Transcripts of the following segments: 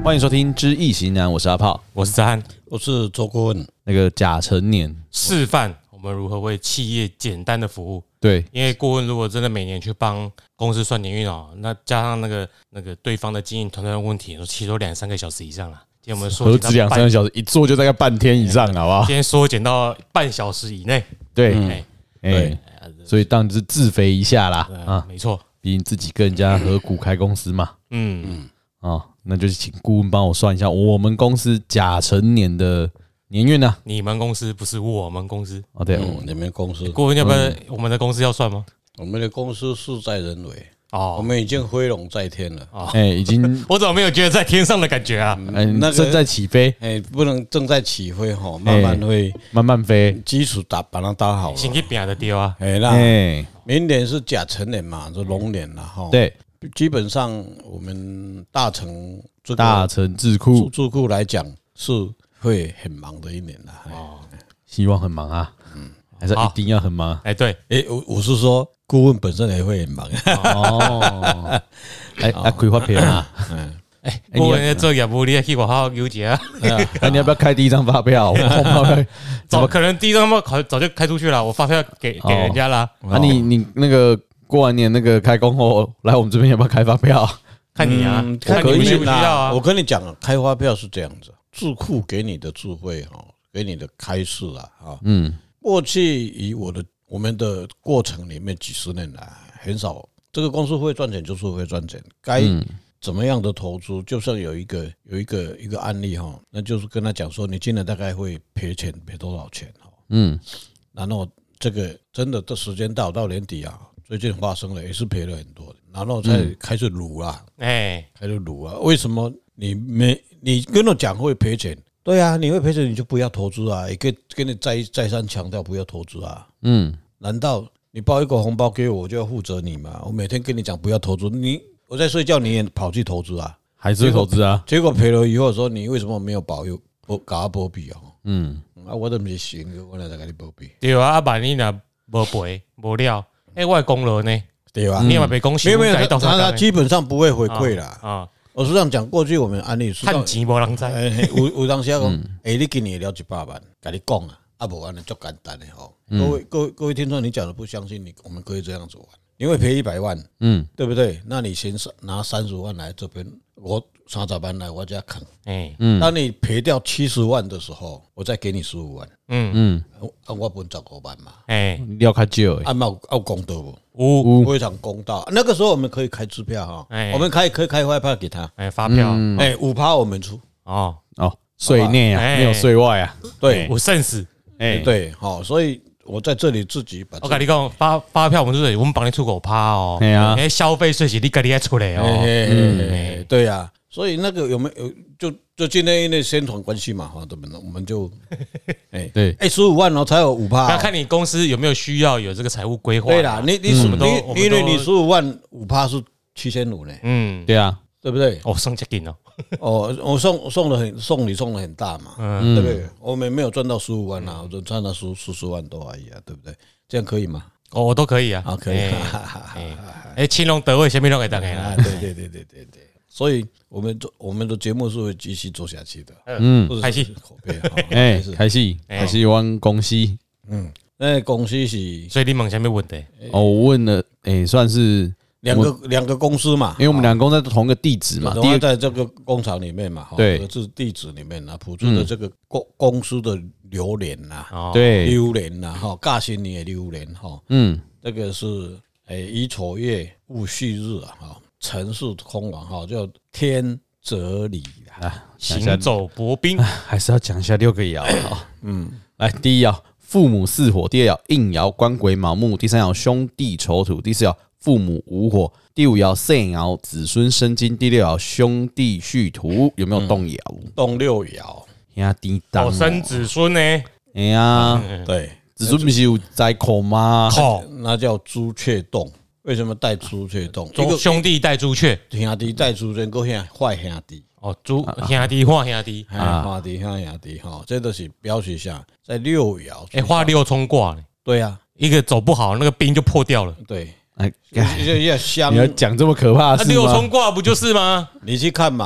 欢迎收听《知易行难》，我是阿炮， 我是哲翰， 我是周顾问。 那个甲辰年示范我们如何为企业简单的服务。 对， 因为顾问如果真的每年去帮公司算年运哦，那加上那个对方的经营团队的问题，其实都2-3个小时以上了。今天我们说何止2-3个小时，一做就大概半天以上，好不好？ 今天缩减到半小时以内。 对，对，所以当然是自肥一下啦啊， 没错， 毕竟自己跟人家合股开公司嘛。那就是请顾问帮我算一下我们公司甲辰年的年运啊。 你们公司不是我们公司哦，对， 你们公司顾问要不要我们的公司要算吗？ 我们的公司事在人为哦， 我们已经飞龙在天了。 已经我怎么没有觉得在天上的感觉啊？ 那个正在起飞， 不能正在起飞哈，慢慢会慢慢飞， 基础把它搭好了。 先去拼的丢啊！ 那明年是甲辰年嘛，就龙年了哈。 对， 基本上我们大成智库来讲是会很忙的一年了。 希望很忙啊，还是一定要很忙？ 对， 我是说顾问本身也会很忙。 哦，开发票啊， 顾问做业务你也去外口纠结啊。 你要不要开第一张发票？ 可能第一张早就开出去了，我发票给人家啦。 你那个过完年那个开工后来我们这边要不要开发票？ 看你啊， 看你们需不需要啊？ 我跟你讲，开发票是这样子，智库给你的智慧哈，给你的开示啊，过去以我们的过程里面几十年来很少，这个公司会赚钱就是会赚钱，该怎么样的投资，就像有一个案例哈，那就是跟他讲说，你今年大概会赔钱，赔多少钱哈？然后这个真的这时间到年底啊，最近发生了也是赔了很多的，然后才开始撸啦，开始撸啊，为什么你跟我讲会赔钱？对啊，你会赔钱你就不要投资啊，也可以跟你再三强调不要投资啊。难道你包一个红包给我，我就要负责你吗？我每天跟你讲不要投资，我在睡觉你也跑去投资啊， 还是会投资啊？ 结果赔了以后说你为什么没有保佑我搞我保庇啊？我都不是行，我来给你保庇。 对啊，万一若无赔无了，我的功劳呢？ 对吧？ 你也被恭喜， 没有，他基本上不会回馈啦。我是这样讲，过去我们案例是看钱无人知， 有当时讲，你今年了100万，跟你讲啊，无安尼足简单的吼。各位听众，你讲的不相信我们可以这样子玩，你会赔100万，对不对？那你先拿30万来这边，我30万来我家啃，当你赔掉70万的时候，我再给你15万，我分15万嘛， 你要开少， 有公道不？非常公道。那个时候我们可以开支票哈，我们可以开发票给他， 发票 ，5%我们出， 税内啊，没有税外啊， 对， 有剩死， 对，好，所以我在这里自己把， 我跟你讲，发票我们帮你出5%哦，消费税是你自己要出来哦， 对呀，所以那个有没有就今天因为宣传关系嘛，对不对？我们就对 15万哦，才有5%， 要看你公司有没有需要有这个财务规划。 对啦，你因为你15万5%是7500呢， 对啊， 对不对？ 送这紧哦， 我送的很大嘛，对不对？我们没有赚到15万啊，我就赚到40万多而已啊，对不对？这样可以吗？ 我都可以啊， 可以。 青龙得位，前面都给大家啦。 对。所以我们的节目是会继续做下去的。 开始口碑， 开始阮公司， 那公司是， 所以你问什么问题？ 我问了，算是两个公司嘛， 因为我们两个公司在同一个地址嘛， 第一在这个工厂里面嘛， 对， 这是地址里面啊，普通的这个公司的流年呐， 对， 流年呐，甲新年的流年哈，这个是乙丑月戊戌日啊，辰是空亡哈，叫天泽里啊，行走薄冰， 还是要讲一下6个爻哈。来，第一爻父母巳火，第2爻应爻官鬼卯木，第3爻兄弟丑土，第4爻父母午火，第5爻肾爻子孙生金，第6爻兄弟戌土，有没有动爻？ 动6爻， 兄弟当生子孙呢？ 哎呀， 对， 子孙不是有在口吗？ 那叫朱雀动。为什么带朱雀动？ 兄弟带朱雀， 兄弟带朱雀，够坏兄弟。 兄弟坏兄弟， 坏兄弟哈，这都是表示下在6爻。 画6冲卦呢？ 对呀， 一个走不好，那个兵就破掉了。 对，要香。 你要讲这么可怕的事吗？ 6冲卦不就是吗？ 你去看嘛，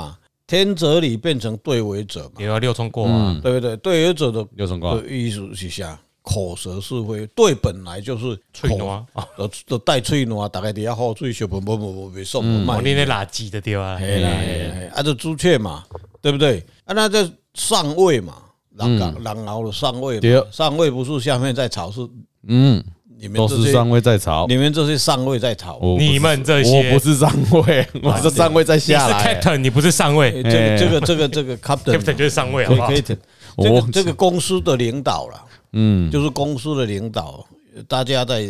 天则理变成对为者嘛， 也要六冲过啊， 对不对？对为者的六种卦， 意思是啥？口舌是非，对本来就是脆暖啊， 都带脆暖，大概底下好水小不别送不卖。 你那垃圾的对啊， 嘿啦，啊，这朱雀嘛，对不对？啊，那这上位嘛，狼熬的上位嘛，上位不是下面在吵，是你们都是上位在吵， 你们这些上位在吵， 你们这些我不是上位，我是上位在你是下来。 captain，你不是上位这个 ，captain 就是上位，好不好？ 这个公司的领导啦，就是公司的领导，大家在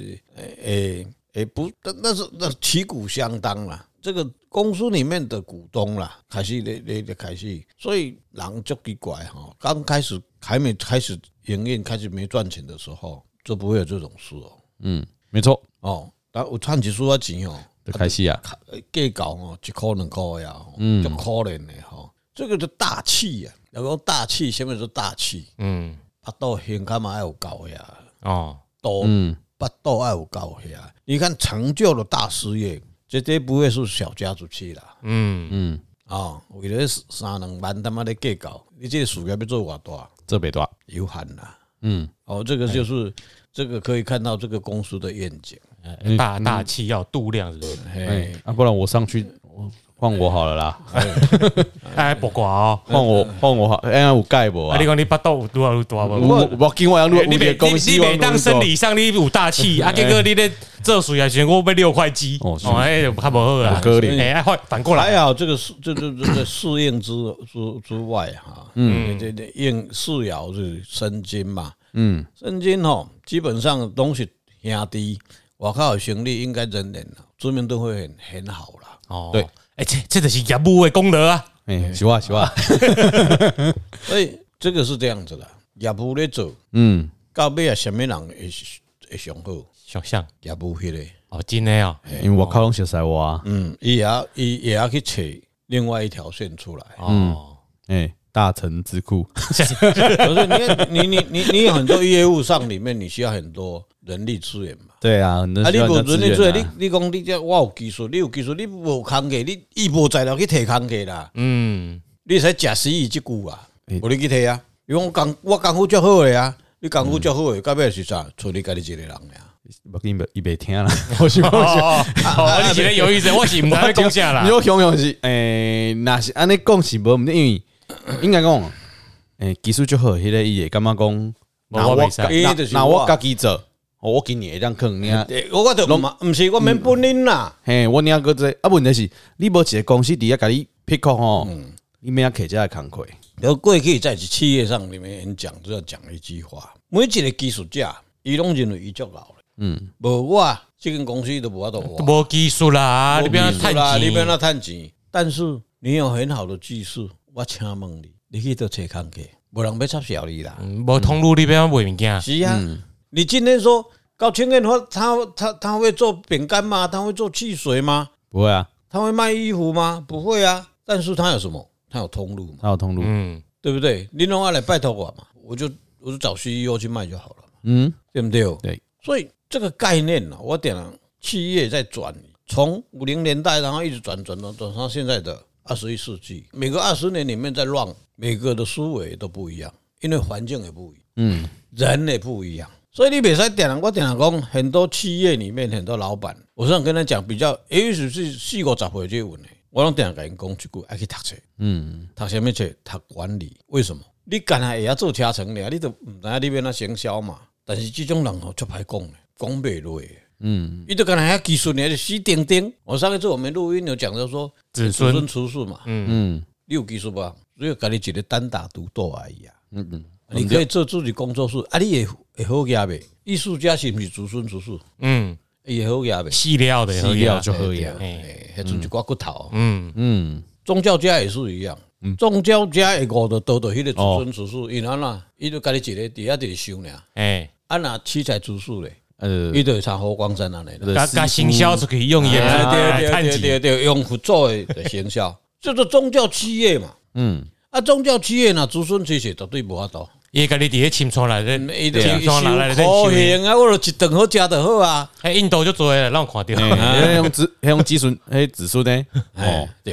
不，那旗鼓相当啦。这个公司里面的股东啦，开始开始，所以人就奇怪哈。刚开始还没开始营运，开始没赚钱的时候，就不会有这种事哦。 没错， 哦，但有赚一丝仔钱哦， 就开始啊， 计较哦，1块2块呀，就可怜的哈。这个就大气呀，要讲大气，什么是大气？巴肚胸坎嘛要有够呀，哦，巴肚要有够呀。你看成就了大事业，绝对不会是小家子气啦。为了3-2万他妈的计较，你这个事业要做偌大？ 这北大有限啦。这个就是这个可以看到这个公司的愿景。 大气要度量，是不是？ 不然我上去换我好了啦。 不挂哦， 换我好，有改无啊？ 你讲你巴肚有多少大无？ 我今晚要你每当生理上你有大气，结果你咧做水啊，全我被6块肌，较无好啦。 可怜， 反过来还好，这个适应之外哈，应四爻是申金嘛，申金吼，基本上东西兄弟，外口的生意应该人人知名度会很好啦。 哦，对，这就是业务的功德啊。 是啊， 所以这个是这样子的，业务咧做，到尾啊，什么人会上好？ 想象业务迄个哦，真的哦， 因为我靠拢熟悉我啊， 伊也要去找另外一条线出来。 大成智库， 可是你有很多业务上里面，你需要很多人力资源嘛。 对啊，很多你无人力资源，你讲你这我有技术，你有技术，你无工课，你无材料去提工课啦。你使食死伊即句啊，无你去提啊。因为我功夫足好诶啊，你功夫足好诶，到尾是啥？除你家己一个人呀。 伊袂听啦，我是你是咧犹豫者，我是毋知讲啥啦。 你我想用是若是安尼讲是无毋对，因为应该讲技术足好，迄个伊会感觉讲，那我家己做，我今年会当坑你啊。 我就毋是我免本领啦。 我领个这问题是你无一个公司伫遐甲你批课吼，你免客家的工课。 过去在企业上里面讲，就要讲一句话：每一个技术家，伊拢认为伊足老了。无我这间公司都无法度， 无技术啦，你不要趁钱， 你不要趁钱。但是你有很好的技术，我请问你，你去到找工课，无人要插小你啦。 无通路你不要卖物件。 是啊，你今天说高清燕他会做饼干吗？他会做汽水吗？ 不会啊。 他会卖衣服吗？不会啊。但是他有什么？他有通路，对不对？你弄下来拜托我嘛，我就找 CEO 去卖就好了，对不对？ 对。 所以这个概念呢，我点了企业在转，从50年代，然后一直转到现在的21世纪，每个20年里面在乱，每个的思维都不一样，因为环境也不一样，人也不一样，所以你别再点了。我点了讲，很多企业里面很多老板，我想跟他讲比较，也许是40-50岁这问题，我拢点了跟人讲一句，爱去读册，读什么册？读管理。为什么？你干下会晓做车床咧，你都唔知你要哪行销嘛？但是这种人吼，足歹讲咧，讲不落。伊就干下技术呢，就死钉钉。我上一次我们录音有讲到说，子孙出世嘛，你有技术吧？只有家己一个单打独斗而已啊。你可以做自己工作室啊，你也会好业呗。艺术家是不是子孙出世？也好业呗。 细料的， 细料就好业， 还剩一挂骨头。宗教家也是一样。宗教家会悟到倒迄个子孙出世，因安那，伊就家己一个伫遐伫收尔。那七彩出世咧，伊就会插火光山安尼。 甲行销就可以用也对，用辅助的行销，叫做宗教企业嘛。宗教企业呐，子孙其实绝对无法度。 伊家己伫咧清仓来咧， 清仓来咧，可行啊！我就一顿好食就好啊。 印度就做诶，让我看到。 用子孙，子孙呢？ 对，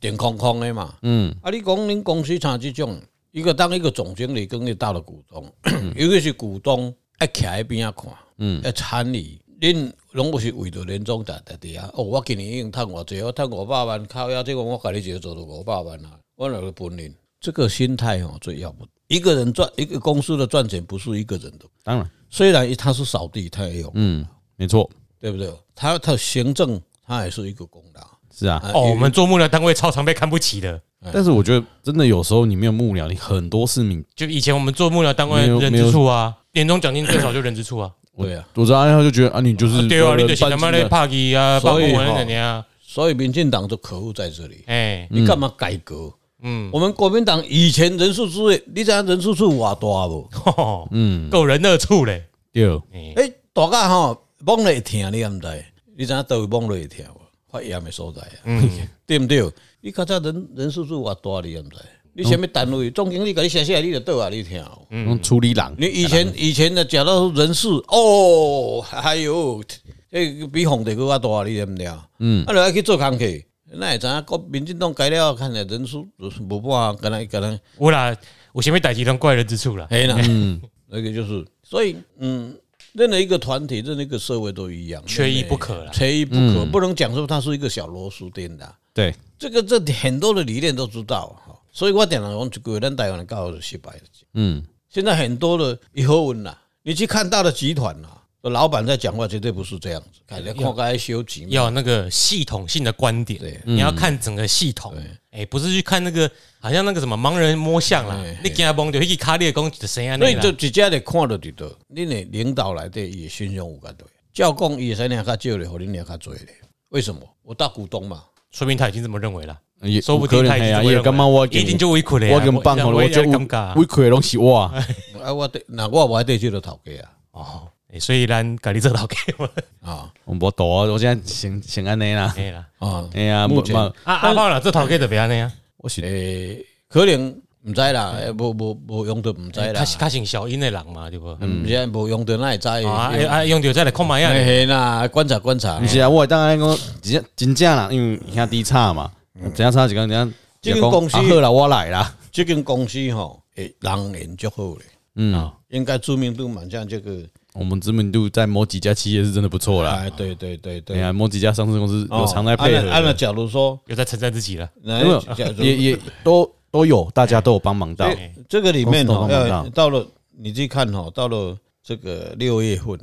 电空空的嘛。啊，你讲恁公司像这种，当一个总经理跟一个大的股东，尤其是股东爱徛在边仔看，要参与，恁拢不是为着年终在底啊。哦，我今年已经赚偌济，我赚500万，靠呀，这个我甲你一个做到500万啊，我哪个本领？这个心态最要不得。一个人赚一个公司的赚钱不是一个人的， 当然， 虽然他是扫地，他也有， 没错， 对不对？他行政他也是一个功劳， 是啊。 我们做幕僚单位超常被看不起的。 但是我觉得真的有时候你没有幕僚，你很多事情就以前我们做幕僚单位人之处啊，年终奖金最少就人之处啊。 对啊， 我知道他就觉得啊，你就是对啊，你就是他妈的拍机啊，办公文人啊。 所以民进党就可恶在这里。 你干嘛改革？我们国民党以前人事处，你知道人事处偌大无？ 够人恶处嘞。 对， 大家懵了会疼，你敢知？你知影倒位懵了会疼无？发炎的所在啊，对不对？你较早人事处偌大，你敢知？你什么单位？总经理甲你写下来，你就倒啊，你听。 处理人。 你以前的讲到人事还有这比皇帝更加大，你知唔知？啊，就要去做工课。那会知影国民进党改了，看来人数就是无办法，跟他有啦，有什么代志都怪人之处啦。 嘿啦，那个就是，所以任何一个团体、任何一个社会都一样， 缺一不可啦， 缺一不可，不能讲说它是一个小螺丝钉的。 对， 这很多的理念都知道，所以我常常讲，一个咱台湾的教育是失败的。现在很多的以后问啦，你去看大的集团啦。老板在讲话绝对不是这样子，看该修集要那个系统性的观点，你要看整个系统，不是去看那个好像那个什么盲人摸象啦，你惊懵到迄个卡列讲的声音， 所以就直接就看到伫倒，恁的领导内底伊的形象有够对，照讲伊会使领较少咧，互恁领较多咧，为什么？我大股东嘛， 说明他已经这么认为了。 说不定他已经这么认为， 一定就委屈了， 我跟办好了，我就委屈的拢是我。 我无爱对这个头家啊。所以咱家己做头家啊， 我无多，我现在先安尼啦，哎呀， 目前阿炮啦，做头家就别安尼啊， 我是可能唔知啦，无用到唔知啦， 较像小英的人嘛，对不？ 现在无用到那会知用到再来看卖啊， 嘿啦，观察。 不是啊，我当然讲真正啦，因为兄弟差嘛，怎样差几个人， 这间公司好啦，我来啦， 这间公司人缘就好咧，应该知名度蛮像这个。 我们知名度在某几家企业是真的不错啦。 哎，对， 哎呀，某几家上市公司有常在配合。 按假如说有在称赞自己了， 也都有，大家都有帮忙到。 这个里面到了你自己看到了这个6月份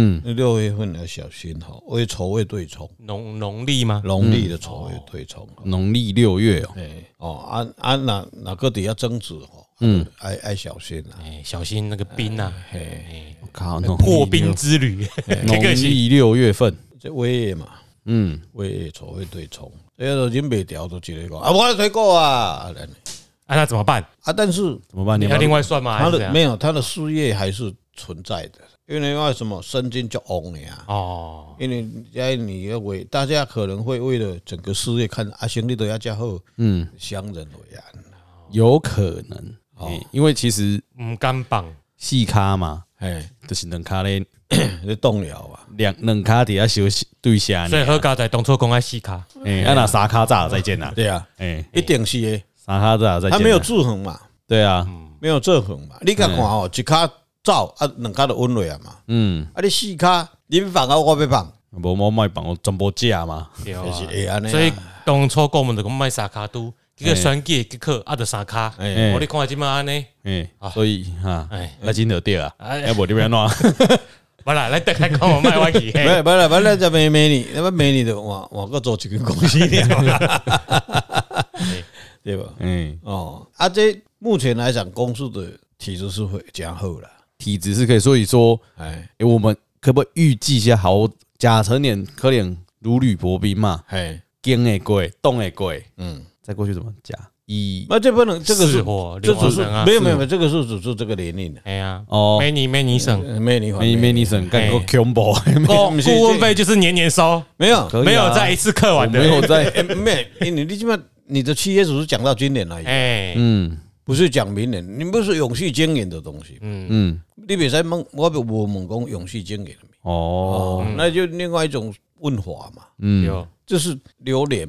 ，6月份要小心为筹位对冲。 农历吗？ 农历的筹位对冲， 农历6月哪个底下增值爱小心啦， 小心那个冰啊， 靠， 破冰之旅， 农历6月份， 这尾月嘛，尾月筹会对冲，这个都忍不掉，都直接讲我要推过啊， 那怎么办啊？但是怎么办？ 你要另外算吗？ 他的事业还是存在的，因为什么身金就翁了呀？因为你要为大家可能会为了整个事业看生意都要较好，相人为案， 有可能。因为其实唔敢放细卡嘛，就是两卡咧， 你动了啊， 两卡底下休息对下， 所以何家在当初讲爱细卡， 那三卡早再见啦， 对啊，一定是的， 三卡早再见， 他没有制衡嘛， 对啊， 没有制衡嘛，你看一卡走两卡就稳落啊嘛，你四卡你放啊，我要放， 我卖放我全部假嘛， 所以当初我们就讲卖三卡都。一个选举结果就三卡，我你看即马安尼， 所以那真就对啊，要无你要哪？ 不啦，来开讲我卖我去，不啦，就美你，那么美你的我个做一间公司对吧？这目前来讲，公司的体质是会加好啦， 体质是可以，所以说，我们可不可以预计一下？好，甲辰年可能如履薄冰嘛，经会过，动会过，再过去怎么加？ 这不能，这个是这只是没有，这个是只是这个年龄的。 哎呀，没你省， 没你省，干个 combo， 顾问费就是年收， 没有在一次课完的， 没有在， 没，你基本你的企业只是讲到今年而已，不是讲明年，你不是永续经营的东西，你别再问，我问讲永续经营哦， 那就另外一种问法嘛， 有， 就是榴莲嘛。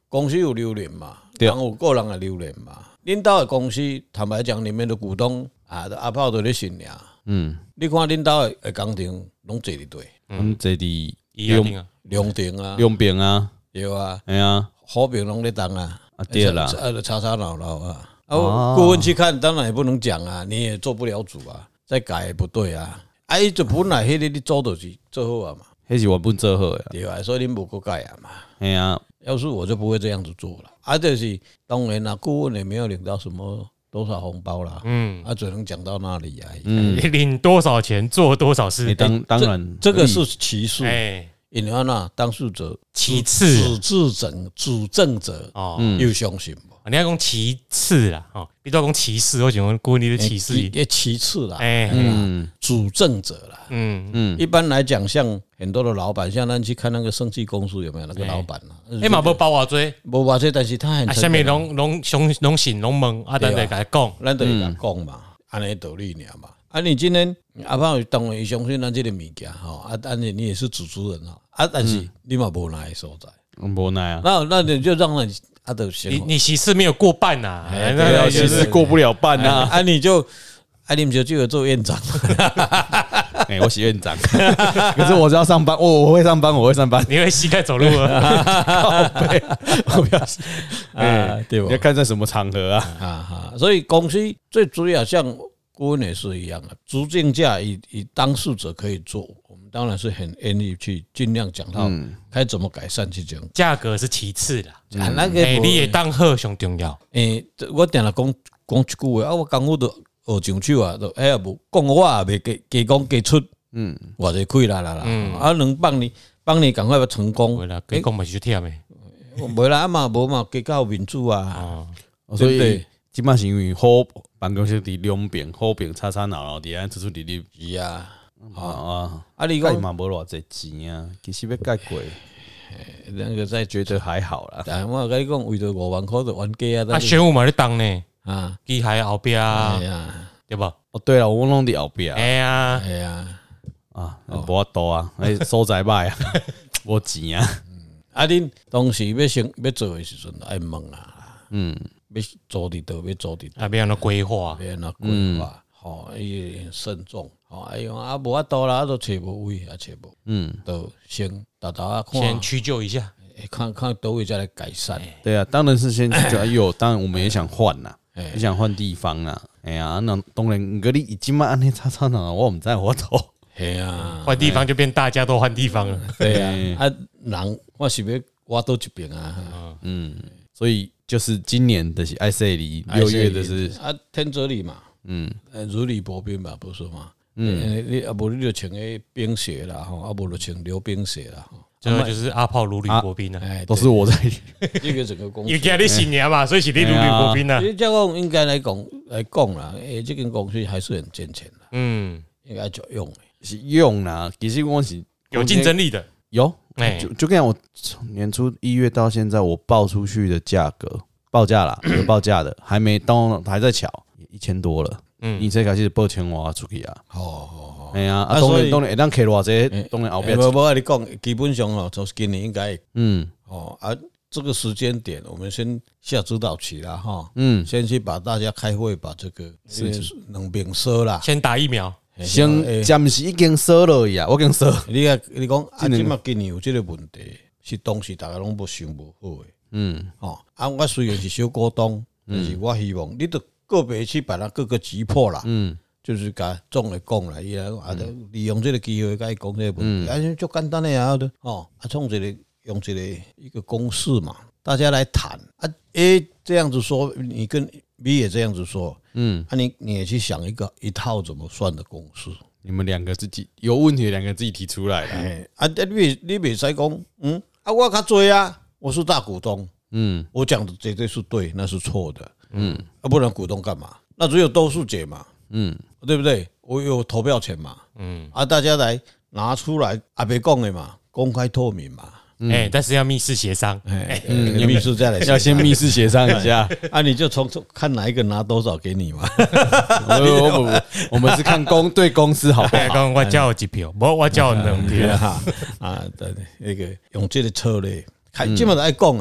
公司有留年嘛， 对人有个人的留年嘛。领导的公司，坦白讲，里面的股东啊，阿炮都咧信俩。你看领导的工程拢坐伫对， 坐伫龙庭啊， 两边啊， 对啊， 哎呀， 好饼拢咧当啊， 对啦， 吵吵闹闹啊。顾问去看，当然也不能讲啊，你也做不了主啊，再改也不对啊。哎，就本来迄个你做就是做好啊嘛， 迄是原本做好的， 对啊，所以你无个改啊嘛。 哎呀， 要是我就不会这样子做了。啊，就是当然啦，顾问也没有领到什么多少红包啦，只能讲到那里而已。 领多少钱做多少事， 当然这个是其次。 哎， 因为那当事者其次， 主政者有相信无？ 你要讲其次啦，比如讲歧视，我想顾问你的歧视， 也其次啦，主政者啦，一般来讲，像很多的老板，像咱去看那个生技公司有没有那个老板啊？ 嘛无包偌济， 无偌济，但是他很下面拢信拢问，啊，咱就甲伊讲， 咱就甲伊讲嘛，安尼道理尔嘛。啊，你今天阿胖当然相信咱这个物件吼，啊，但是你也是主持人哈，啊，但是你嘛无哪个所在， 无奈啊， 那你就让人啊都你席次没有过半呐， 对啊，席次过不了半呐， 啊，你就。你不就有做院长？ 我是院长，可是我只要上班，我会上班， 你会膝盖走路啊？我不要对吧？ 要看在什么场合啊？ 所以公司最主要像顾问也是一样的，逐渐价以当事者可以做，我们当然是很愿意去尽量讲到该怎么改善去讲。 价格是其次的， 那个你也当好上重要。 我定了讲一句话啊，我功夫都。学上手啊，都哎呀无讲我也袂加讲加出，我就亏啦，啊能帮你赶快成功， 啦，加讲嘛是忝诶， 无啦嘛无嘛加到民主啊， 所以即摆是因为好办公室伫两边，好边吵吵闹闹伫安出入入， 是啊， 你讲嘛无偌济钱啊，其实要改过， 那个再觉得还好啦， 但我跟你讲，为着5万块就冤家啊， 选务嘛咧当呢。机械后壁对吧？ 对了，我拢伫后壁。 哎呀， 无法度啊，所在歹啊，无钱啊。 恁当时要做的时阵，爱问啊，要做伫倒，要做伫倒，要安怎规划？ 要安怎规划？伊慎重，哎呦无法度啦，都找无位，也找无，都先大看， 先屈就一下， 看倒位再来改善。 对啊，当然是先屈，当然我们也想换呐。你想换地方啊？哎呀，那当然，你已经安尼吵吵闹闹，我唔知我做。 系啊， 换地方就变大家都换地方了。 对啊，人我是要挖到一边啊。 所以就是今年的是爱赛里6月的是天泽里嘛，如履薄冰吧，不是吗？你无你就穿个冰鞋啦，无就穿溜冰鞋啦。 最后就是阿炮如履薄冰啊， 都是我在这个整个公司， 因为你新年嘛，所以是你如履薄冰啊。 这讲应该来讲啦，这间公司还是很健全的，应该就用是用啦。其实我是有竞争力的， 有，就跟我从年初1月到现在，我报出去的价格报价啦，有报价的，还没到，还在瞧，1000多了。你才开始报千外出去啊。哎呀，当然会当开偌济，当然后边。 无你讲，基本上就是今年应该，这个时间点，我们先下指导期啦，先去把大家开会，把这个两边说啦， 先打疫苗， 先暂时已经说了呀，我已经说。 你讲，即马今年有这个问题，是当时大家拢无想无好的，我虽然是小股东，但是我希望你都个别去把它各个击破啦，就是甲总来讲啦，伊利用这个机会甲伊讲这个问题，就简单的啊，创用一个公式嘛，大家来谈这样子说，你跟 B 也这样子说，你也去想一套怎么算的公式， 你们两个自己有问题的两个自己提出来的， 你别再讲，我较多啊，我是大股东，我讲的绝对是对，那是错的，不然股东干嘛？那只有多数决嘛。对不对？我有投票权嘛，大家来拿出来，别讲的嘛，公开透明嘛， 但是要密室协商， 密室再来， 要先密室协商一下， 你就从看哪一个拿多少给你嘛。 我们是看对公司好不好？ 我叫1票，我叫2票对，那个用这个策略，基本上爱讲啊。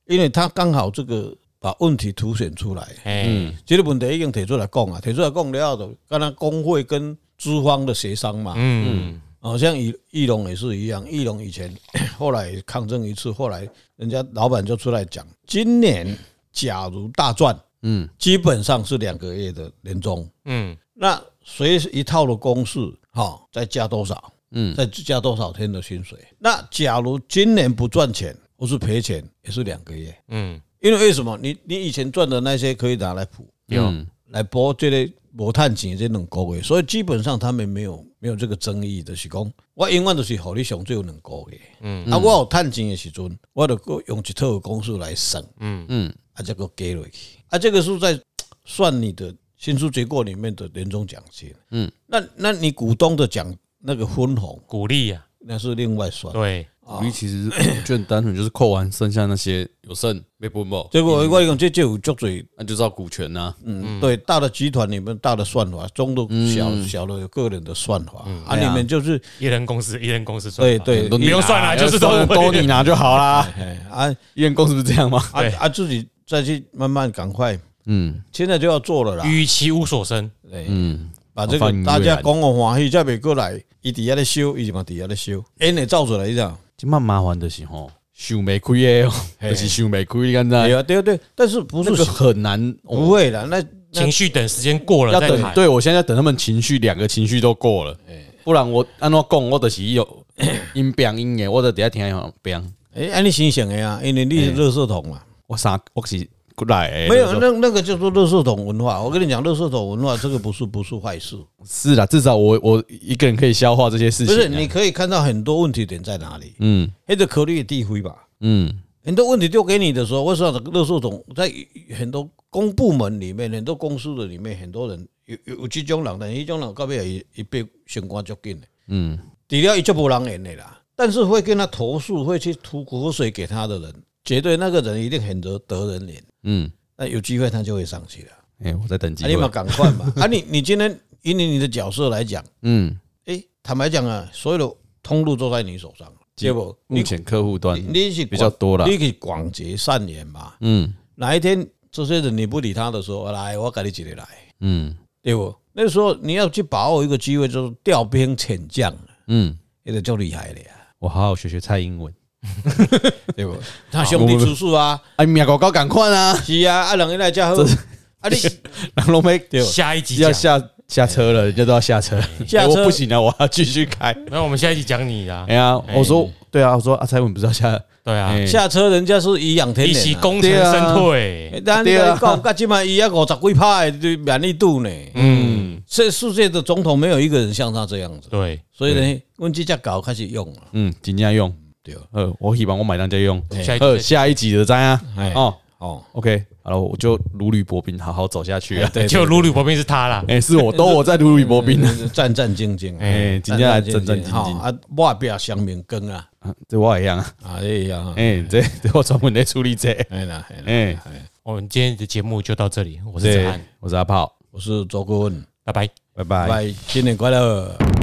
因为他刚好这个把问题凸显出来，这个问题已经提出来讲啊，提出来讲了后，刚刚工会跟资方的协商嘛，像义隆也是一样，义隆以前后来抗争一次，后来人家老板就出来讲，今年假如大赚，基本上是2个月的年终，那随一套的公式，再加多少，再加多少天的薪水。那假如今年不赚钱或是赔钱，也是2个月，因为什么？你以前赚的那些可以拿来补，来补这个无赚钱这2个月，所以基本上他们没有这个争议，就是讲我永远都是互你上最有2个月，我有赚钱的时阵，我就用一套的公式来算，再给加落去，这个是在算你的薪资结构里面的年终奖金，那你股东的奖那个分红鼓励啊， 那是另外算， 对。 鼓励其实就很单纯，就是扣完剩下那些有剩没分不？ 结果我讲这就有足多， 那就知道股权呐。 对，大的集团里面大的算法，中的小的有个人的算法，里面就是一人公司算法， 对， 不用算了，就是都你拿就好啦。一人公司不是这样吗？ 自己再去慢慢赶快，现在就要做了啦。 与其无所生， 把这个大家讲我欢喜，再别过来，伊底下咧修，伊就嘛底下咧修，烟会照出来，你知道？ 这么麻烦的是吼，想没开的哦，就是想没开，你看在？ 对，但是不是那个很难， 不会的。那情绪等时间过了要等， 再谈。 对我现在等他们情绪2个情绪都过了，不然我按怎讲，我就是有阴病阴的，我就底下听有病。 你新想的啊，因为你是垃圾桶嘛， 我是过来没有那个叫做垃圾桶文化。我跟你讲，垃圾桶文化这个不是坏事。 是啦，至少我一个人可以消化这些事情。 不是，你可以看到很多问题点在哪里。那个考虑的地位吧。很多问题丢给你的时候，为什么垃圾桶在很多公部门里面、很多公司的里面，很多人有这种人，但是这种人到尾也被升官足紧的。除了他就没人缘的啦，但是会跟他投诉、会去吐口水给他的人，绝对那个人一定很得人脸。那有机会他就会上去了。 我在等机会。 你嘛赶快嘛！你今天以你的角色来讲，坦白讲啊，所有的通路都在你手上，对不？ 目前客户端你是比较多了， 你可以广结善缘嘛。哪一天这些人你不理他的时候，来我给你一个来，对不？那时候你要去把握一个机会，就是调兵遣将，那个就厉害了呀。 我好好学蔡英文。 对不？他兄弟出事啊！ 命狗狗赶快啊！ 是啊，人一来家好，你人都没下一集要下车了，人家都要下车。我不行了，我要继续开。 那我们下一集讲你啦。 哎呀，我说对啊，我说蔡英文不是要下？ 对啊， 下车人家是颐养天年， 一起功成身退。 但你讲，到今嘛伊也50几趴的免疫度呢。这世界的总统没有一个人像他这样子。 对， 所以呢，我们这家搞开始用了。 真正用。 对， 我希望我买单再用。 下一集就知啊。OK， 好了，我就如履薄冰，好好走下去啊。 就如履薄冰是他啦。 是我在如履薄冰， 战战兢兢。 真正来战战兢兢。 我不要相明根啊， 这我一样啊，这一样。 这我专门在处理这。 我们今天的节目就到这里，我是子安， 我是阿炮， 我是周顾问， 拜拜， 拜拜， 新年快乐。